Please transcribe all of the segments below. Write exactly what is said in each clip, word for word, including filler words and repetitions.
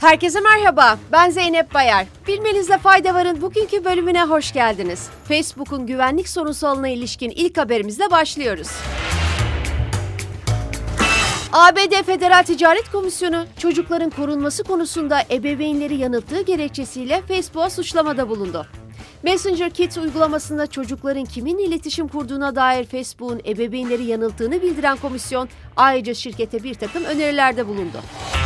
Herkese merhaba, ben Zeynep Bayar. Bilmenizde fayda varın bugünkü bölümüne hoş geldiniz. Facebook'un güvenlik sorunsalına ilişkin ilk haberimizle başlıyoruz. A B D Federal Ticaret Komisyonu, çocukların korunması konusunda ebeveynleri yanılttığı gerekçesiyle Facebook'a suçlamada bulundu. Messenger Kids uygulamasında çocukların kiminle iletişim kurduğuna dair Facebook'un ebeveynleri yanılttığını bildiren komisyon, ayrıca şirkete bir takım önerilerde bulundu.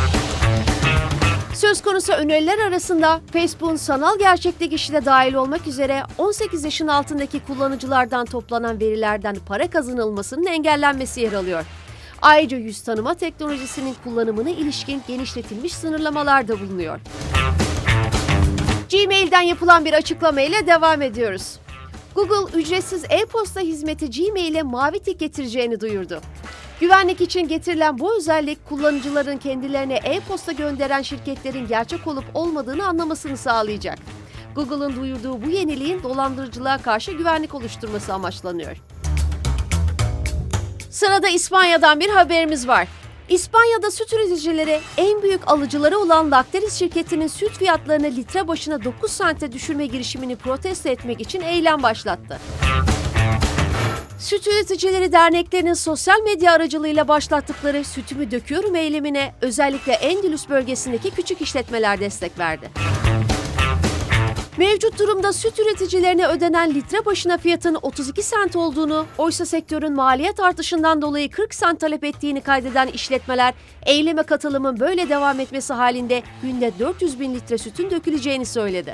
Söz konusu öneriler arasında Facebook'un sanal gerçeklik işi de dahil olmak üzere on sekiz yaşın altındaki kullanıcılardan toplanan verilerden para kazanılmasının engellenmesi yer alıyor. Ayrıca yüz tanıma teknolojisinin kullanımına ilişkin genişletilmiş sınırlamalar da bulunuyor. Gmail'den yapılan bir açıklama ile devam ediyoruz. Google, ücretsiz e-posta hizmeti Gmail'e mavi tik getireceğini duyurdu. Güvenlik için getirilen bu özellik, kullanıcıların kendilerine e-posta gönderen şirketlerin gerçek olup olmadığını anlamasını sağlayacak. Google'ın duyurduğu bu yeniliğin dolandırıcılığa karşı güvenlik oluşturması amaçlanıyor. Sırada İspanya'dan bir haberimiz var. İspanya'da süt üreticileri en büyük alıcıları olan Lactalis şirketinin süt fiyatlarını litre başına dokuz sente düşürme girişimini protesto etmek için eylem başlattı. Süt Üreticileri Derneklerinin sosyal medya aracılığıyla başlattıkları Sütümü Döküyorum eylemine özellikle Endülüs bölgesindeki küçük işletmeler destek verdi. Mevcut durumda süt üreticilerine ödenen litre başına fiyatın otuz iki sent olduğunu, oysa sektörün maliyet artışından dolayı kırk sent talep ettiğini kaydeden işletmeler, eyleme katılımın böyle devam etmesi halinde günde dört yüz bin litre sütün döküleceğini söyledi.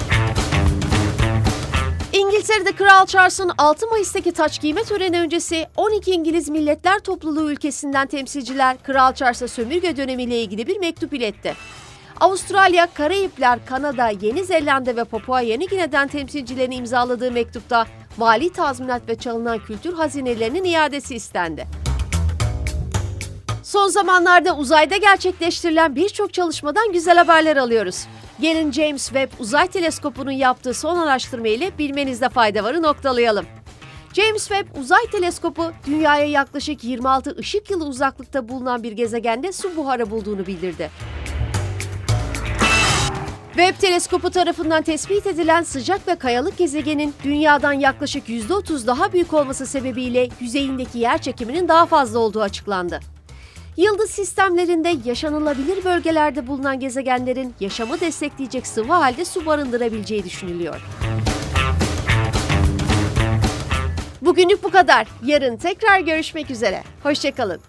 İngiltere'de Kral Charles'ın altı Mayıs'taki taç giyme töreni öncesi on iki İngiliz Milletler Topluluğu ülkesinden temsilciler Kral Charles'a sömürge dönemiyle ilgili bir mektup iletti. Avustralya, Karayipler, Kanada, Yeni Zelanda ve Papua Yeni Gine'den temsilcilerin imzaladığı mektupta mali tazminat ve çalınan kültür hazinelerinin iadesi istendi. Son zamanlarda uzayda gerçekleştirilen birçok çalışmadan güzel haberler alıyoruz. Gelin James Webb Uzay Teleskopu'nun yaptığı son araştırma ile bilmenizde fayda varı noktalayalım. James Webb Uzay Teleskopu, Dünya'ya yaklaşık yirmi altı ışık yılı uzaklıkta bulunan bir gezegende su buharı bulduğunu bildirdi. Webb Teleskopu tarafından tespit edilen sıcak ve kayalık gezegenin Dünya'dan yaklaşık yüzde otuz daha büyük olması sebebiyle yüzeyindeki yer çekiminin daha fazla olduğu açıklandı. Yıldız sistemlerinde yaşanılabilir bölgelerde bulunan gezegenlerin yaşamı destekleyecek sıvı halde su barındırabileceği düşünülüyor. Bugünlük bu kadar. Yarın tekrar görüşmek üzere. Hoşça kalın.